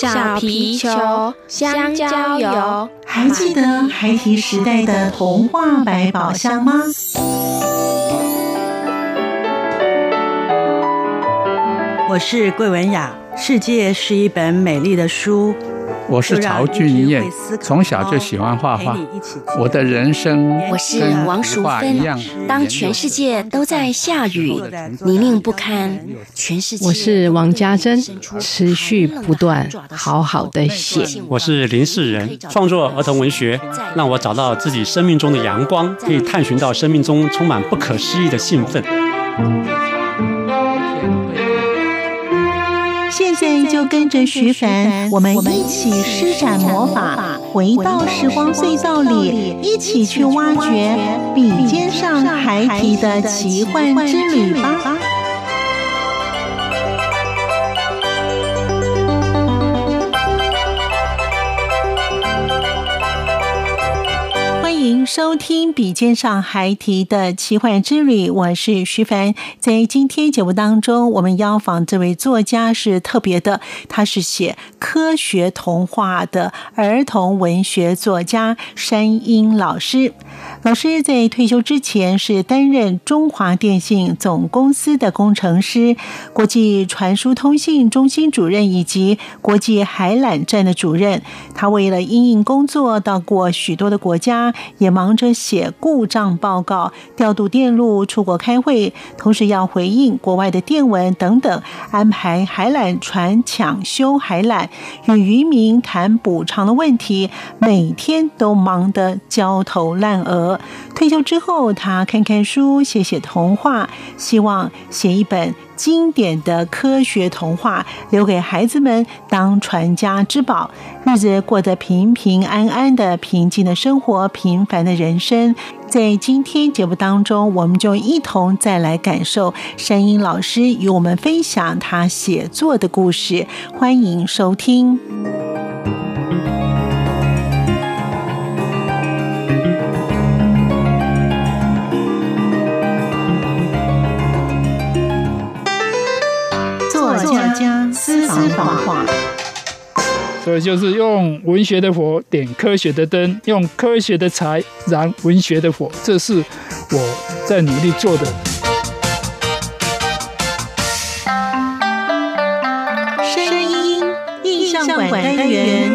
小皮球、香蕉油。 还记得孩提时代的童话百宝箱吗？ 我是桂文雅，世界是一本美丽的书。 我是曹俊彦，从小就喜欢画画。我的人生我是王淑芬。当全世界都在下雨，泥泞不堪，全世界。 我是王家珍，持续不断，好好的写。 我是林世仁，创作儿童文学，让我找到自己生命中的阳光，可以探寻到生命中充满不可思议的兴奋。 现在就跟着徐凡，我们一起施展魔法，回到时光隧道里，一起去挖掘笔尖上孩提的奇幻之旅吧。欢迎收听笔尖上孩提的奇幻之旅，我是徐凡。在今天节目当中，我们邀访这位作家是特别的，他是写科学童话的儿童文学作家山鹰老师。老师在退休之前是担任中华电信总公司的工程师、国际传输通信中心主任以及国际海缆站的主任。他为了因应工作到过许多的国家，也忙着写故障报告、调度电路、出国开会，同时要回应国外的电文等等，安排海缆船抢修海缆，与渔民谈补偿的问题，每天都忙得焦头烂额。退休之后，他看看书，写写童话，希望写一本经典的科学童话，留给孩子们当传家之宝。日子过得平平安安的，平静的生活，平凡的人生。在今天节目当中，我们就一同再来感受山鹰老师与我们分享他写作的故事。欢迎收听。作家私房话， 所以就是用文学的火点科学的灯，用科学的柴燃文学的火，这是我在努力做的。 声音印象馆单元，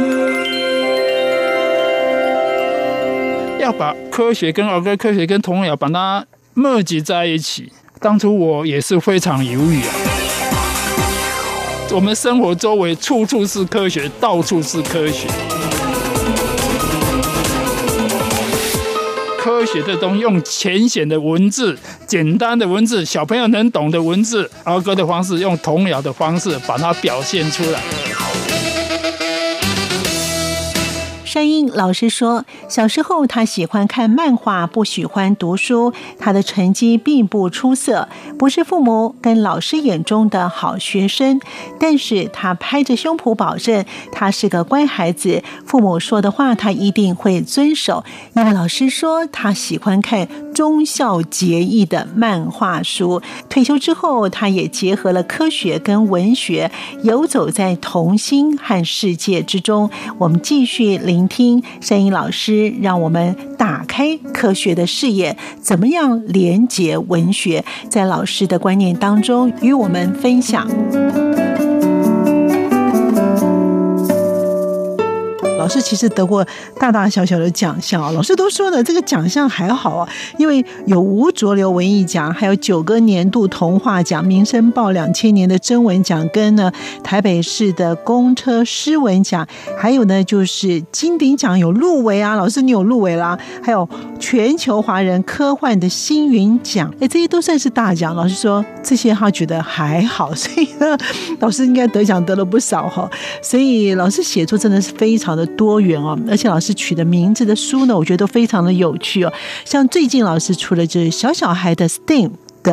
要把科学跟儿歌、科学跟童谣把它merge在一起。当初我也是非常犹豫啊。我们生活周围处处是科学，到处是科学。科学的东西用浅显的文字、简单的文字、小朋友能懂的文字、儿歌的方式，用童谣的方式把它表现出来。 山鹰老师说，小时候他喜欢看漫画，不喜欢读书，他的成绩并不出色，不是父母跟老师眼中的好学生，但是他拍着胸脯保证他是个乖孩子，父母说的话他一定会遵守，因为老师说他喜欢看忠孝节义的漫画书。退休之后，他也结合了科学跟文学，游走在童心和世界之中。我们继续聆听山鹰老师，让我们打开科学的视野，怎么样连结文学，在老师的观念当中与我们分享。 老师其实得过大大小小的奖项，老师都说呢，这个奖项还好啊，因为有吴浊流文艺奖，还有9个年度童话奖，民生报2000年的征文奖，跟呢台北市的公车诗文奖，还有呢就是金鼎奖有入围啊，老师你有入围啦，还有全球华人科幻的星云奖，这些都算是大奖。老师说这些他觉得还好，所以呢老师应该得奖得了不少哈，所以老师写作真的是非常的多元哦，而且老师取的名字的书呢，我觉得都非常的有趣哦。像最近老师出了就是小小孩的 STEAM 的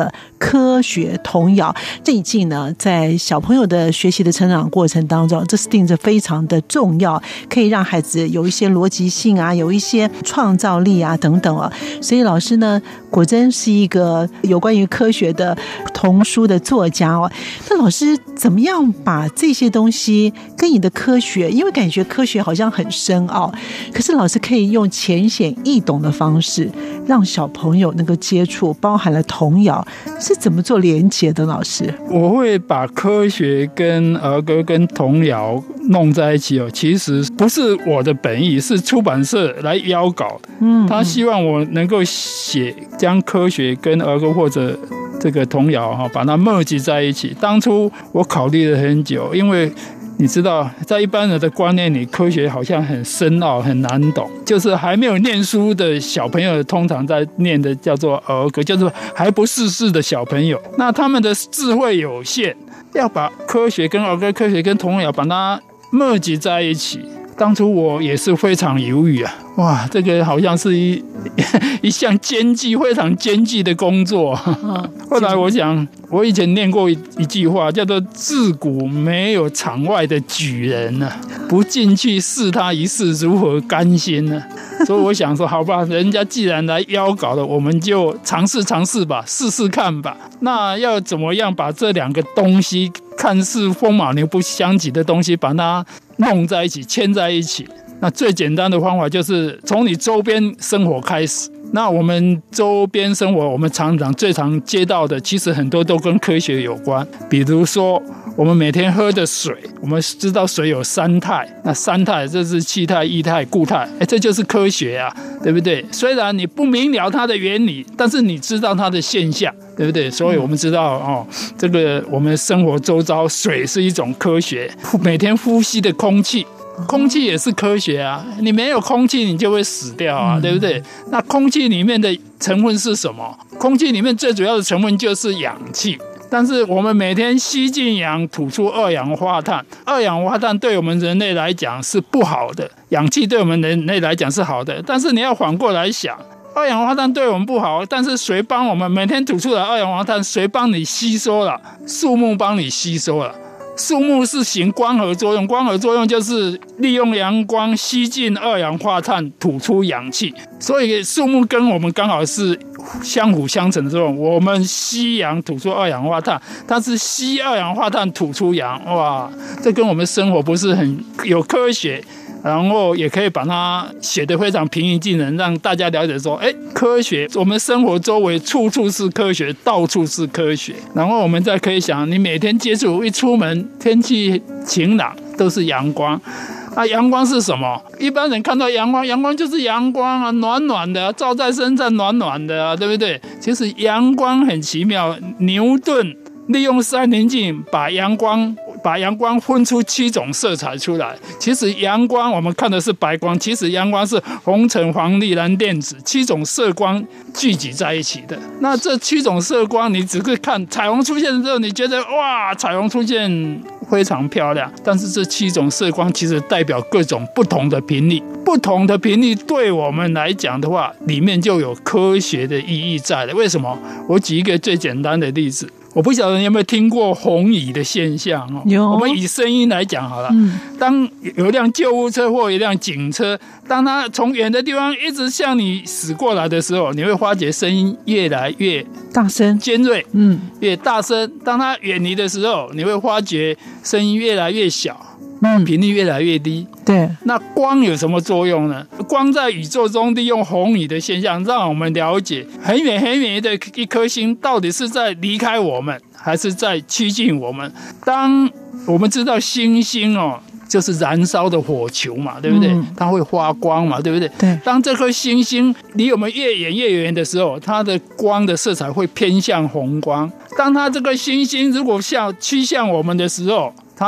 科学童谣。这一季呢，在小朋友的学习的成长过程当中，这是定着非常的重要，可以让孩子有一些逻辑性啊，有一些创造力啊等等啊。所以老师呢，果真是一个有关于科学的童书的作家哦。那老师怎么样把这些东西跟你的科学，因为感觉科学好像很深奥，可是老师可以用浅显易懂的方式让小朋友能够接触，包含了童谣，是怎么做连结的？老师， 我会把科学跟儿歌跟童谣弄在一起哦。其实不是我的本意，是出版社来邀稿的。他希望我能够将科学跟儿歌或者这个童谣把它 merge 在一起。当初我考虑了很久，因为你知道，在一般人的观念里，科学好像很深奥、很难懂。就是还没有念书的小朋友，通常在念的叫做儿歌，就是还不识字的小朋友。那他们的智慧有限，要把科学跟儿歌、科学跟童谣把它 merge 在一起。当初我也是非常犹豫啊，哇，这个好像是一项非常艰巨的工作。后来我想，我以前念过一句话，叫做“自古没有场外的举人啊，不进去试他一试，如何甘心呢？”所以我想说，好吧，人家既然来邀稿了，我们就尝试吧，试试看吧。那要怎么样把这两个东西，看似风马牛不相及的东西，把它弄在一起，牵在一起？那最简单的方法就是从你周边生活开始。那我们周边生活，我们最常接到的，其实很多都跟科学有关。比如说，我们每天喝的水，我们知道水有三态，那三态这是气态、液态、固态，这就是科学啊，对不对？虽然你不明了它的原理，但是你知道它的现象，对不对？所以我们知道这个我们生活周遭水是一种科学，每天呼吸的空气也是科学啊，你没有空气你就会死掉啊，对不对？那空气里面的成分是什么？空气里面最主要的成分就是氧气，但是我们每天吸进氧，吐出二氧化碳，二氧化碳对我们人类来讲是不好的，氧气对我们人类来讲是好的。但是你要反过来想，二氧化碳对我们不好，但是谁帮我们每天吐出来二氧化碳？谁帮你吸收了？树木帮你吸收了。树木是行光合作用，光合作用就是利用阳光吸进二氧化碳，吐出氧气。所以树木跟我们刚好是相辅相成的作用。我们吸氧吐出二氧化碳，它是吸二氧化碳吐出氧。哇，这跟我们生活不是很有科学？然后也可以把它写得非常平易近人，让大家了解说，科学，我们生活周围处处是科学，到处是科学。然后我们再可以想，你每天接触，一出门天气晴朗，都是阳光。阳光是什么？一般人看到阳光就是阳光啊，暖暖的，照在身上暖暖的啊，对不对？其实阳光很奇妙，牛顿利用三棱镜把阳光分出7种色彩出来。其实阳光我们看的是白光，其实阳光是红橙黄绿蓝靛紫7种色光聚集在一起的。那这7种色光，你只是看彩虹出现的时候，你觉得哇，彩虹出现非常漂亮，但是这7种色光其实代表各种不同的频率。不同的频率对我们来讲的话，里面就有科学的意义在了。为什么？我举一个最简单的例子。我不晓得你有没有听过红移的现象有。 我们以声音来讲好了。当有一辆救护车或一辆警车，当它从远的地方一直向你驶过来的时候，你会发觉声音越来越大声、 尖锐，越大声。当它远离的时候，你会发觉声音越来越小，频率越来越低。 对， 那光有什么作用呢？光在宇宙中利用红移的现象，让我们了解很远很远的一颗星到底是在离开我们，还是在趋近我们。当我们知道星星就是燃烧的火球嘛，对不对？它会发光嘛，对不对？ 对。 当这颗星星离我们越远越远的时候，它的光的色彩会偏向红光。当它这个星星如果趋向我们的时候，它的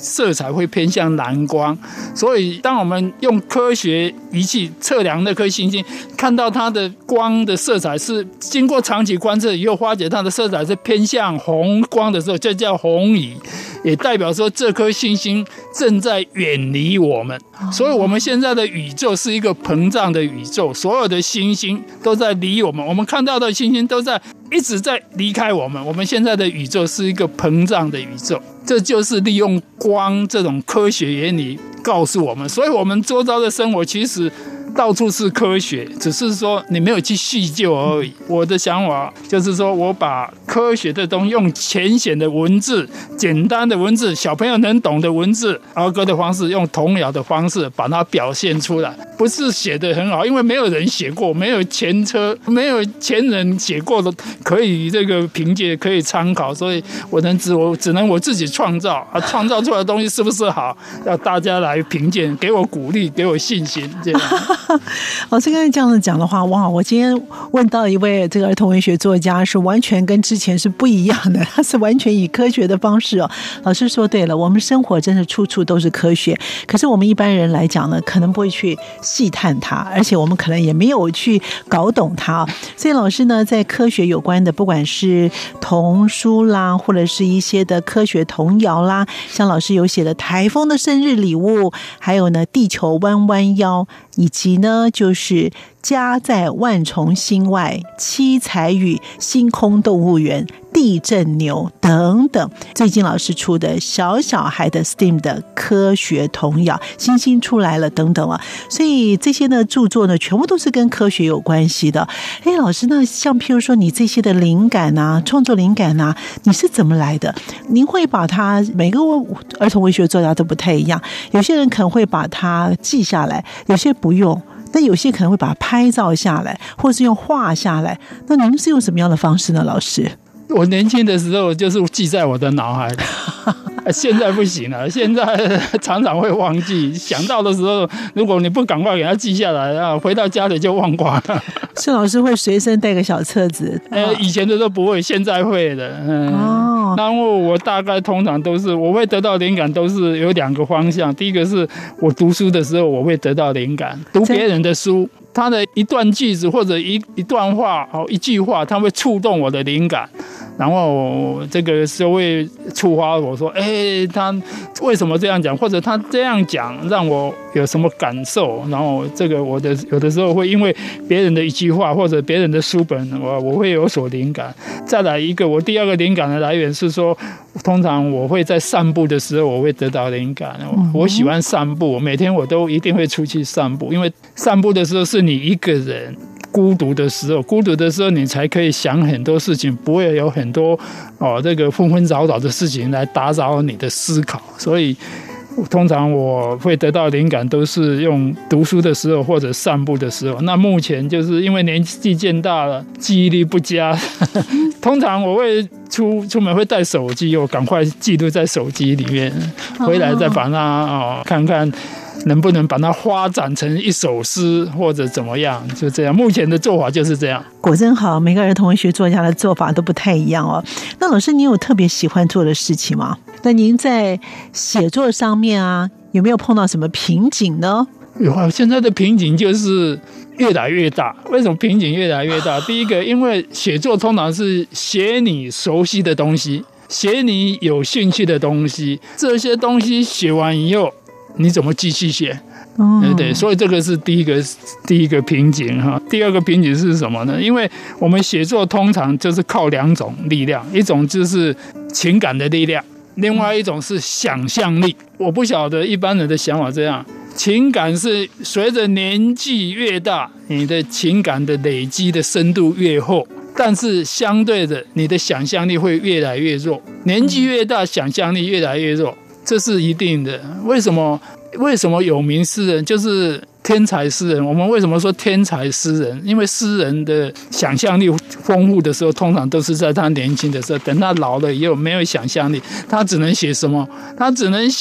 色彩会偏向蓝光，所以当我们用科学仪器测量那颗星星，看到它的光的色彩是经过长期观测以后发觉它的色彩是偏向红光的时候，就叫红移，也代表说这颗星星正在远离我们。所以我们现在的宇宙是一个膨胀的宇宙，所有的星星都在离我们，我们看到的星星都在一直在离开我们。我们现在的宇宙是一个膨胀的宇宙，这就是利用光这种科学原理告诉我们。所以我们周遭的生活其实到处是科学，只是说你没有去细究而已。我的想法就是说，我把科学的东西用浅显的文字、简单的文字、小朋友能懂的文字、儿歌的方式，用童谣的方式把它表现出来。不是写得很好，因为没有人写过，没有前人写过的可以这个凭借，可以参考，所以我只能我自己创造啊，创造出来的东西是不是好，要大家来评鉴，给我鼓励，给我信心，这样。 老师刚才这样子讲的话，哇！我今天问到一位这个儿童文学作家，是完全跟之前是不一样的，他是完全以科学的方式哦。老师说对了，我们生活真的处处都是科学，可是我们一般人来讲呢，可能不会去细探它，而且我们可能也没有去搞懂它。所以老师呢，在科学有关的，不管是童书啦，或者是一些的科学童谣啦，像老师有写的台风的生日礼物，还有呢地球弯弯腰，以及呢就是家在万重星外，七彩雨星空动物园，地震牛等等，最近老师出的小小孩的 STEAM 的科学童谣，星星出来了等等了。所以这些呢著作呢全部都是跟科学有关系的。老师，那像譬如说你这些的灵感啊，创作灵感啊，你是怎么来的？您会把它，每个儿童文学作家都不太一样，有些人可能会把它记下来，有些不用，那有些可能会把它拍照下来，或是用画下来。那您是用什么样的方式呢，老师？ 我年轻的时候就是记在我的脑海里，现在不行了，现在常常会忘记，想到的时候，如果你不赶快给它记下来啊，回到家里就忘光了。 是老师会随身带个小册子？ 以前的都不会，现在会的。然后我大概通常都是，我会得到灵感，都是有两个方向。第一个是我读书的时候，我会得到灵感，读别人的书，他的一段句子或者一段话，一句话，它会触动我的灵感。然后这个时候会触发我说，他为什么这样讲，或者他这样讲让我有什么感受。然后这个有的时候会因为别人的一句话或者别人的书本，我会有所灵感。再来一个，我第二个灵感的来源是说，通常我会在散步的时候我会得到灵感。我喜欢散步，每天我都一定会出去散步，因为散步的时候是你一个人孤独的时候你才可以想很多事情，不会有很多这个纷纷扰扰的事情来打扰你的思考。所以通常我会得到灵感都是用读书的时候或者散步的时候。那目前就是因为年纪渐大了，记忆力不佳，通常我会出门会带手机，我赶快记录在手机里面，回来再把它看看能不能把它发展成一首诗或者怎么样，就这样。目前的做法就是这样。 果真好，每个儿童文学作家的做法都不太一样哦。那老师，你有特别喜欢做的事情吗？那您在写作上面啊，有没有碰到什么瓶颈呢？ 有啊，现在的瓶颈就是越来越大。为什么瓶颈越来越大？第一个，因为写作通常是写你熟悉的东西，写你有兴趣的东西，这些东西写完以后你怎么继续写？对，所以这个是第一个瓶颈哈。第二个瓶颈是什么呢？因为我们写作通常就是靠两种力量，一种就是情感的力量，另外一种是想象力。我不晓得一般人的想法这样，情感是随着年纪越大，你的情感的累积的深度越厚，但是相对的，你的想象力会越来越弱。年纪越大，想象力越来越弱，这是一定的。为什么有名诗人就是天才诗人？我们为什么说天才诗人？因为诗人的想象力丰富的时候，通常都是在他年轻的时候。等他老了以后，没有想象力，他只能写什么？他只能写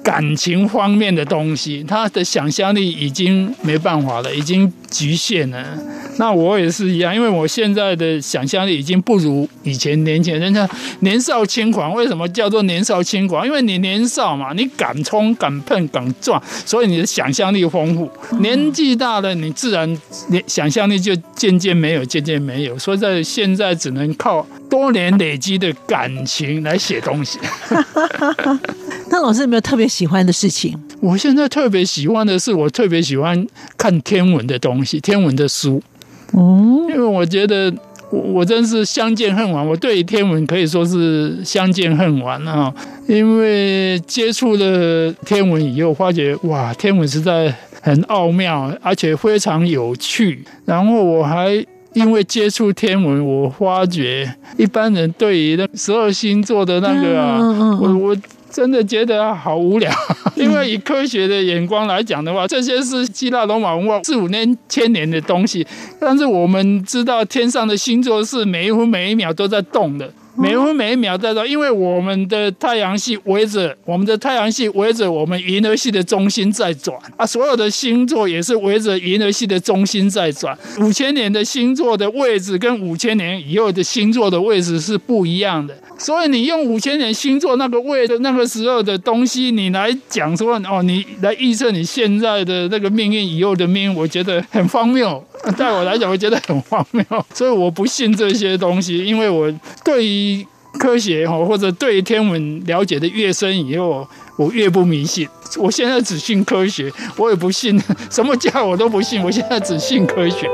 感情方面的东西，他的想象力已经没办法了，已经局限了。那我也是一样，因为我现在的想象力已经不如以前年轻人家年少轻狂。为什么叫做年少轻狂？因为你年少嘛，你敢冲敢碰敢撞，所以你的想象力丰富。年纪大了，你自然想象力就渐渐没有，所以在现在只能靠多年累积的感情来写东西。 那老师有没有特别喜欢的事情？ 我现在特别喜欢的是，我特别喜欢看天文的东西，天文的书。因为我觉得我真是相见恨晚，我对天文可以说是相见恨晚啊！因为接触了天文以后，发觉哇，天文实在很奥妙，而且非常有趣。然后我还因为接触天文，我发觉一般人对于那12星座的那个我真的觉得好无聊，因为以科学的眼光来讲的话，这些是希腊罗马文化4、5年、1000年的东西。但是我们知道天上的星座是每一分每一秒都在动的，每一分每一秒在动，因为我们的太阳系围着我们银河系的中心在转啊，所有的星座也是围着银河系的中心在转。5000年的星座的位置跟5000年以后的星座的位置是不一样的，所以你用5000年星座那个位的那个时候的东西，你来讲说你来预测你现在的那个命运以后的命运，我觉得很荒谬。对我来讲，我觉得很荒谬，所以我不信这些东西，因为我对于科学或者对于天文了解的越深以后，我越不迷信。我现在只信科学，我也不信什么教我都不信，我现在只信科学。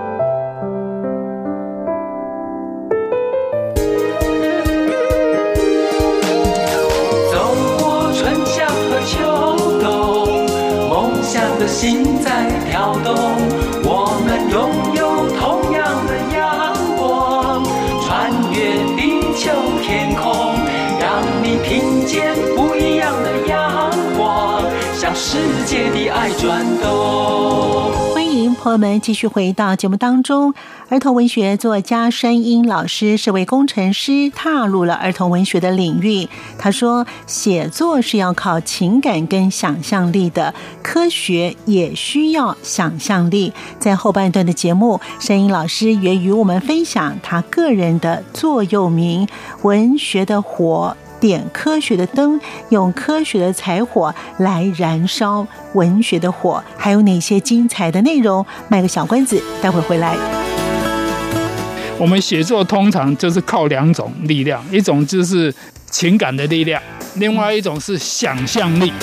走过春夏和秋冬，梦想的心在跳动，我们拥有同样的阳光，穿越地球天空，让你听见不一样的阳光，向世界的爱转动。 欢迎朋友们继续回到节目当中。儿童文学作家山英老师是位工程师，踏入了儿童文学的领域。他说，写作是要靠情感跟想象力的，科学也需要想象力。在后半段的节目，山英老师也与我们分享他个人的座右铭：文学的火点科学的灯，用科学的柴火来燃烧文学的火。还有哪些精彩的内容？卖个小关子，待会回来。 我们写作通常就是靠2种力量，一种就是情感的力量，另外一种是想象力。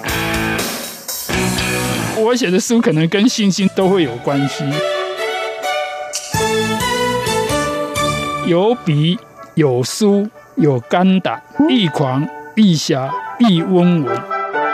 我写的书可能跟信心都会有关系，有笔有书有肝胆，亦狂亦侠亦温文。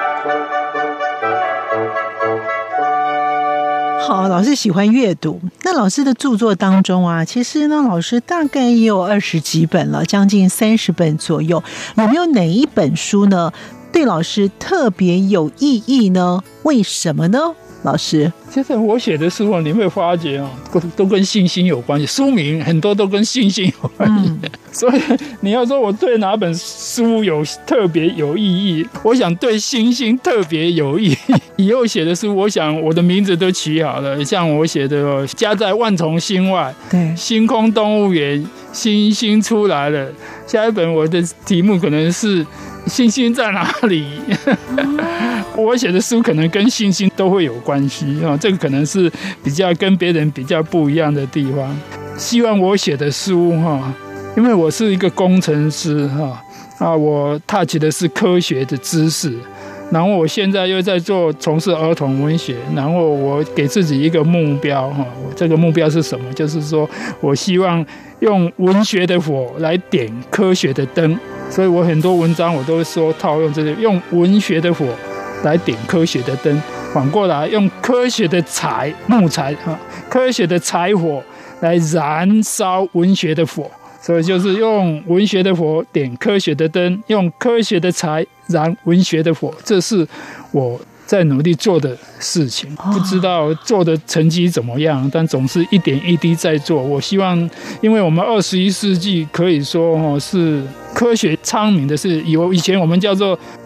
好，老师喜欢阅读。那老师的著作当中啊，其实呢，老师大概也有20几本了，将近30本左右。有没有哪一本书呢，对老师特别有意义呢？为什么呢？老师， 其实我写的书你会发觉都跟信心有关系，书名很多都跟信心有关系。所以你要说我对哪本书有特别有意义，我想对星星特别有意义。以后写的书，我想我的名字都取好了，像我写的家在万重星外，对，星空动物园，星星出来了。下一本我的题目可能是星星在哪里？我写的书可能跟星星都会有关系，这个可能是比较跟别人比较不一样的地方。希望我写的书因为我是一个工程师我 touch 的是科学的知识，然后我现在又在从事儿童文学，然后我给自己一个目标这个目标是什么？就是说我希望用文学的火来点科学的灯，所以我很多文章我都说套用这个，用文学的火来点科学的灯，反过来用科学的木材科学的柴火来燃烧文学的火，所以就是用文学的火点科学的灯，用科学的柴燃文学的火，这是我在努力做的事情。不知道做的成绩怎么样，但总是一点一滴在做。我希望，因为我们21世纪可以说是科学昌明的，是以前我们叫做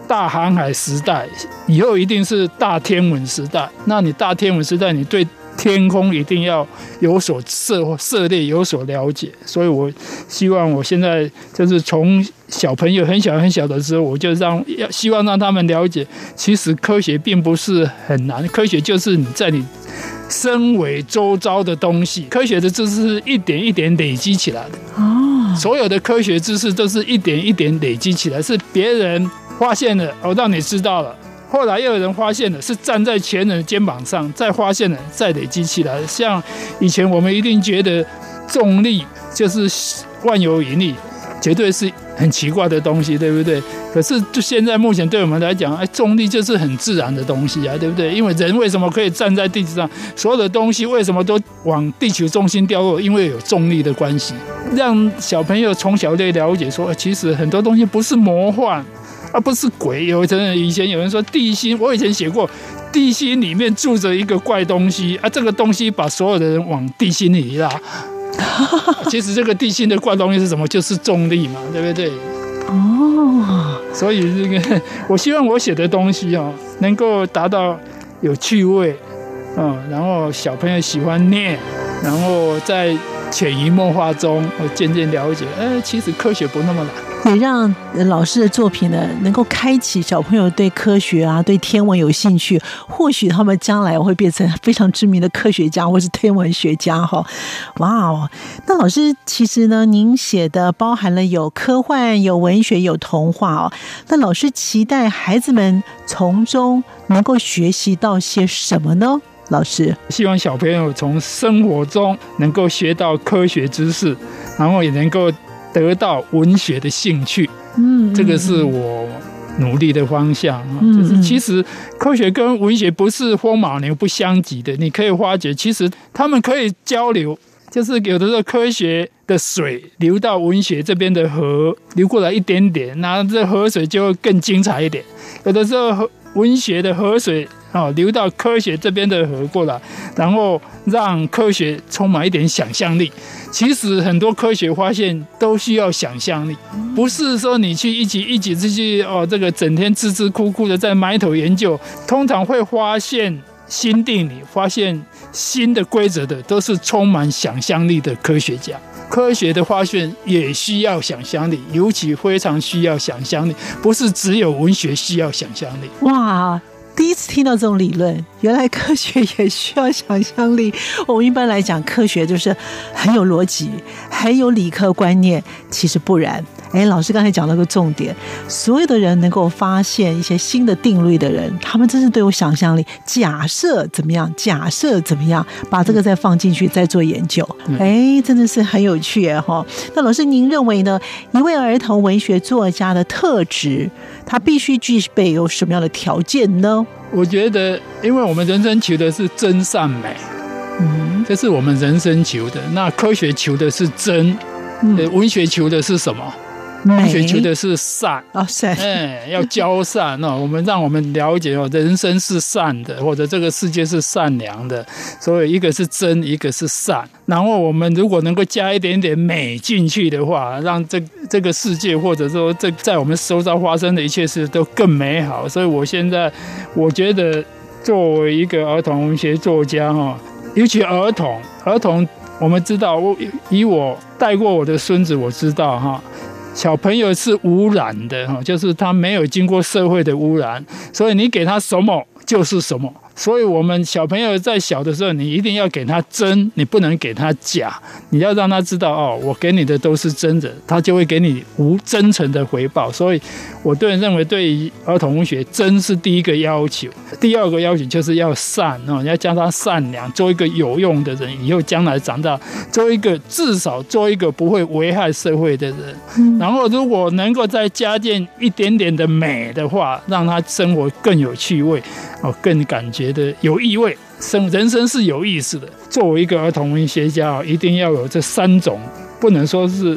大航海时代，以后一定是大天文时代。那你大天文时代，你对天空一定要有所涉猎，有所了解。所以我希望我现在就是从小朋友很小很小的时候，我就希望让他们了解，其实科学并不是很难，科学就是你在你身为周遭的东西，科学的知识是一点一点累积起来的。所有的科学知识都是一点一点累积起来，是别人发现了，让你知道了，后来又有人发现了，是站在前人的肩膀上，再发现了，再累积起来。像以前我们一定觉得重力就是万有引力，绝对是很奇怪的东西，对不对？可是就现在目前对我们来讲，重力就是很自然的东西啊，对不对？因为人为什么可以站在地球上，所有的东西为什么都往地球中心掉落？因为有重力的关系。让小朋友从小就了解说，其实很多东西不是魔幻，不是鬼。以前有人说地心，我以前写过，地心里面住着一个怪东西这个东西把所有的人往地心里拉。其实这个地心的怪东西是什么？就是重力嘛，对不对？所以我希望我写的东西能够达到有趣味，然后小朋友喜欢念，然后在潜移默化中渐渐了解，其实科学不那么难。 也让老师的作品呢，能够开启小朋友对科学对天文有兴趣，或许他们将来会变成非常知名的科学家或是天文学家哇哦！那老师其实呢，您写的包含了有科幻、有文学、有童话那老师期待孩子们从中能够学习到些什么呢？老师希望小朋友从生活中能够学到科学知识，然后也能够得到文学的兴趣，这个是我努力的方向。就是其实科学跟文学不是风马牛不相及的，你可以发觉其实他们可以交流。就是有的时候科学的水流到文学这边的河流过来一点点，那这河水就会更精彩一点。有的时候文学的河水流到科学这边的河过来，然后让科学充满一点想象力。其实很多科学发现都需要想象力，不是说你去一起出去这个整天孜孜哭哭的在埋头研究，通常会发现新定理、发现新的规则的，都是充满想象力的科学家。科学的发现也需要想象力，尤其非常需要想象力，不是只有文学需要想象力。 哇！第一次听到这种理论，原来科学也需要想象力。我们一般来讲，科学就是很有逻辑，很有理科观念，其实不然。老师刚才讲了个重点，所有的人能够发现一些新的定律的人，他们真是都有想象力。假设怎么样，假设怎么样，把这个再放进去，再做研究，真的是很有趣耶。那老师您认为呢？一位儿童文学作家的特质，他必须具备有什么样的条件呢？ 我觉得，因为我们人生求的是真善美，这是我们人生求的。那科学求的是真，文学求的是什么？文学求的是善要交善我们让我们了解人生是善的，或者这个世界是善良的，所以一个是真，一个是善。然后我们如果能够加一点点美进去的话，让这个世界或者说在我们周遭发生的一切事都更美好。所以我觉得作为一个儿童文学作家尤其儿童，我们知道，以我带过我的孙子，我知道小朋友是无染的，就是他没有经过社会的污染，所以你给他什么就是什么。所以我们小朋友在小的时候，你一定要给他真，你不能给他假，你要让他知道我给你的都是真的，他就会给你无真诚的回报。所以我认为对于儿童文学，真是第一个要求。第二个要求就是要善你要教他善良，做一个有用的人，以后将来长大至少做一个不会危害社会的人。然后如果能够再加进一点点的美的话，让他生活更有趣味，更感觉的有意味，人生是有意思的。作为一个儿童文学家，一定要有这三种，不能说是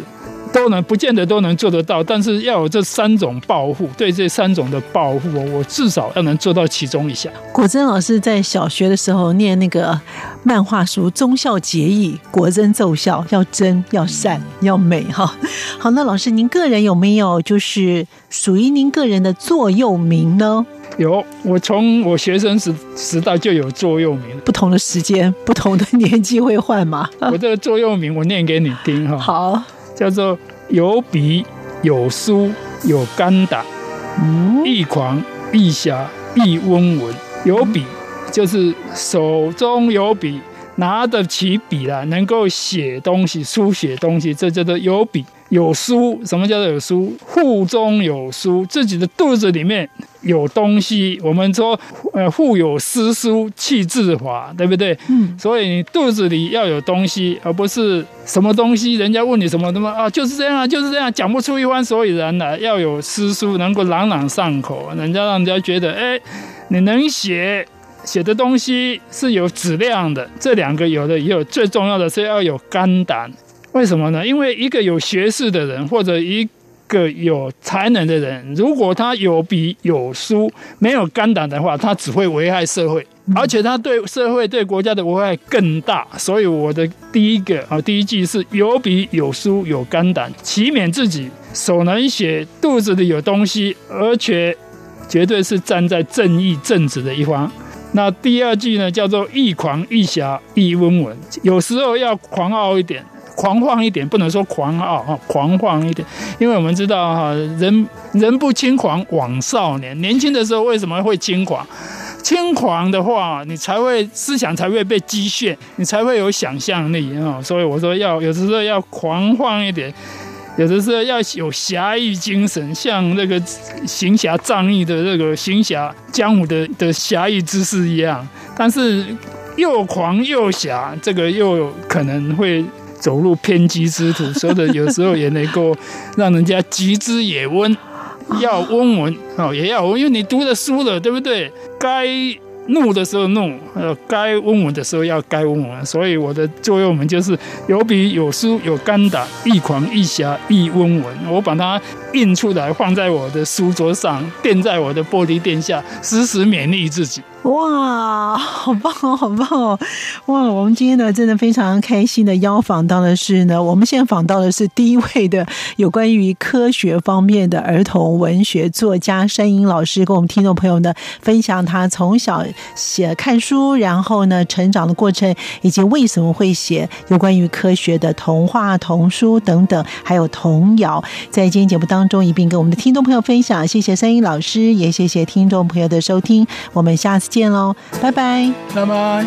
不见得都能做得到，但是要有这3种抱负，对这3种的抱负，我至少要能做到其中一项。 果真老师在小学的时候念那个漫画书，忠孝节义，果真奏效，要真要善要美哈。好，那老师您个人有没有就是属于您个人的座右铭呢？ 有，我从我学生时代就有座右铭， 不同的时间不同的年纪会换嘛。 我这个座右铭我念给你听哈。 好， 叫做有笔有书有肝胆，亦狂亦侠亦温文。有笔就是手中有笔，拿得起笔来，能够写东西书写东西，这叫做有笔。有书，什么叫做有书？腹中有书，自己的肚子里面有东西。我们说腹有诗书气自华，对不对？所以你肚子里要有东西，而不是什么东西人家问你什么啊，就是这样啊，就是这样，讲不出一番所以然来。要有诗书，能够朗朗上口，让人家觉得你能写的东西是有质量的。这2个有的也有，最重要的是要有肝胆。为什么呢？因为一个有学识的人，或者一个有才能的人，如果他有笔有书没有肝胆的话，他只会危害社会，而且他对社会对国家的危害更大。所以我的第一句是有笔有书有肝胆，祈勉自己手能写，肚子里有东西，而且绝对是站在正义正直的一方。那第2句呢，叫做亦狂亦侠亦温文。有时候要狂傲一点，狂放一点，不能说狂傲，狂放一点。因为我们知道人不轻狂枉少年，年轻的时候为什么会轻狂？轻狂的话，你思想才会被激炫，你才会有想象力。所以我说有的时候要狂放一点，有的时候要有侠义精神，像那个行侠仗义的那个行侠江湖的侠义之士一样。但是又狂又侠，这个又可能会走入偏激之途，所以有时候也能够让人家极之也温，要温文也要温，因为你读了书了，对不对？该怒的时候怒，该温文的时候要该温文。所以我的座右铭就是有笔有书有肝胆，亦狂亦侠亦温文。我把它印出来，放在我的书桌上，垫在我的玻璃垫下，时时勉励自己。 哇，好棒哦，好棒哦！哇，我们今天呢真的非常开心的邀访到的是呢，我们现在访到的是第一位的有关于科学方面的儿童文学作家山鹰老师，跟我们听众朋友呢分享他从小看书，然后呢成长的过程，以及为什么会写有关于科学的童话、童书等等，还有童谣，在今天节目当中一并跟我们的听众朋友分享。谢谢山鹰老师，也谢谢听众朋友的收听，我们下次见喽，拜拜， 拜拜。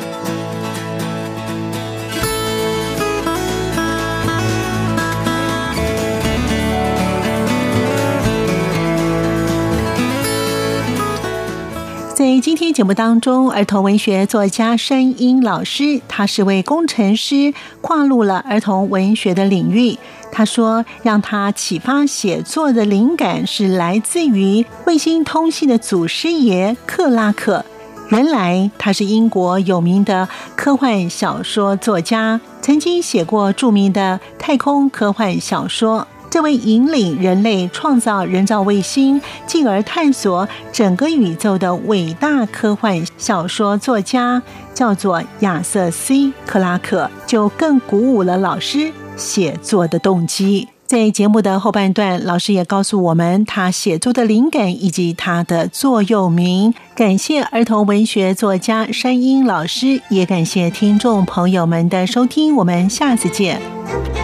在今天节目当中，儿童文学作家山鹰老师，他是位工程师，跨入了儿童文学的领域。他说，让他启发写作的灵感是来自于卫星通信的祖师爷克拉克。原来他是英国有名的科幻小说作家，曾经写过著名的太空科幻小说。这位引领人类创造人造卫星，进而探索整个宇宙的伟大科幻小说作家，叫做亚瑟 C 克拉克，就更鼓舞了老师写作的动机。在节目的后半段，老师也告诉我们他写作的灵感以及他的座右铭。感谢儿童文学作家山鹰老师，也感谢听众朋友们的收听，我们下次见。